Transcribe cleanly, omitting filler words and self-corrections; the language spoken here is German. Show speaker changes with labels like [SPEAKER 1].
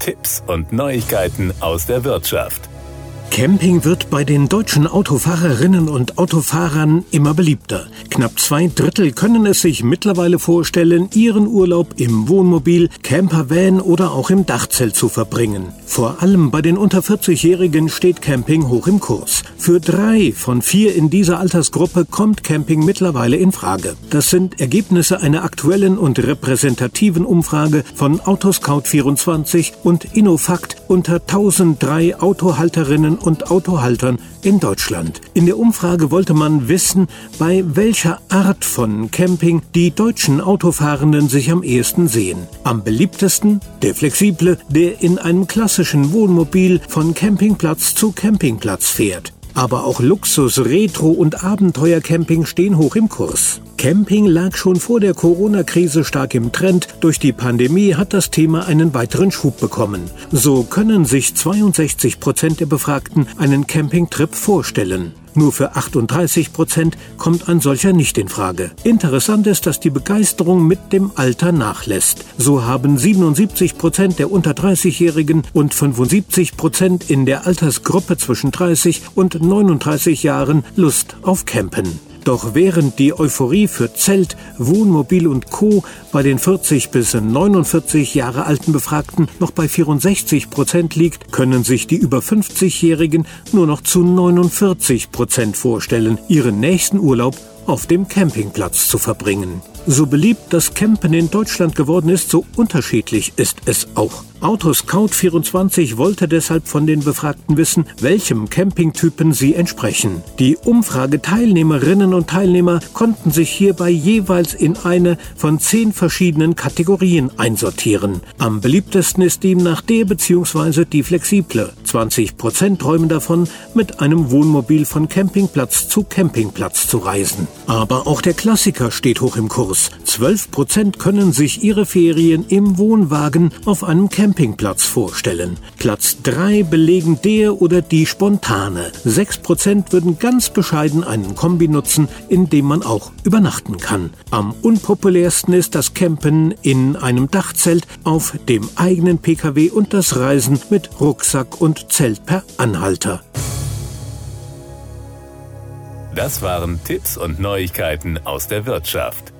[SPEAKER 1] Tipps und Neuigkeiten aus der Wirtschaft.
[SPEAKER 2] Camping wird bei den deutschen Autofahrerinnen und Autofahrern immer beliebter. Knapp 2/3 können es sich mittlerweile vorstellen, ihren Urlaub im Wohnmobil, Campervan oder auch im Dachzelt zu verbringen. Vor allem bei den unter 40-Jährigen steht Camping hoch im Kurs. Für 3 von 4 in dieser Altersgruppe kommt Camping mittlerweile in Frage. Das sind Ergebnisse einer aktuellen und repräsentativen Umfrage von Autoscout24 und InnoFakt unter 1003 Autohalterinnen und Autohaltern in Deutschland. In der Umfrage wollte man wissen, bei welcher Art von Camping die deutschen Autofahrenden sich am ehesten sehen. Am beliebtesten der flexible, der in einem klassischen Wohnmobil von Campingplatz zu Campingplatz fährt. Aber auch Luxus, Retro- und Abenteuercamping stehen hoch im Kurs. Camping lag schon vor der Corona-Krise stark im Trend. Durch die Pandemie hat das Thema einen weiteren Schub bekommen. So können sich 62% der Befragten einen Campingtrip vorstellen. Nur für 38% kommt ein solcher nicht in Frage. Interessant ist, dass die Begeisterung mit dem Alter nachlässt. So haben 77% der unter 30-Jährigen und 75% in der Altersgruppe zwischen 30 und 39 Jahren Lust auf Campen. Doch während die Euphorie für Zelt, Wohnmobil und Co. bei den 40 bis 49 Jahre alten Befragten noch bei 64% liegt, können sich die über 50-Jährigen nur noch zu 49% vorstellen, ihren nächsten Urlaub auf dem Campingplatz zu verbringen. So beliebt das Campen in Deutschland geworden ist, so unterschiedlich ist es auch. Autoscout24 wollte deshalb von den Befragten wissen, welchem Campingtypen sie entsprechen. Die Umfrageteilnehmerinnen und Teilnehmer konnten sich hierbei jeweils in eine von 10 verschiedenen Kategorien einsortieren. Am beliebtesten ist demnach der bzw. die flexible. 20% träumen davon, mit einem Wohnmobil von Campingplatz zu Campingplatz zu reisen. Aber auch der Klassiker steht hoch im Kurs. 12% können sich ihre Ferien im Wohnwagen auf einem Campingplatz vorstellen. Platz 3 belegen der oder die Spontane. 6% würden ganz bescheiden einen Kombi nutzen, in dem man auch übernachten kann. Am unpopulärsten ist das Campen in einem Dachzelt, auf dem eigenen Pkw und das Reisen mit Rucksack und Zelt per Anhalter.
[SPEAKER 1] Das waren Tipps und Neuigkeiten aus der Wirtschaft.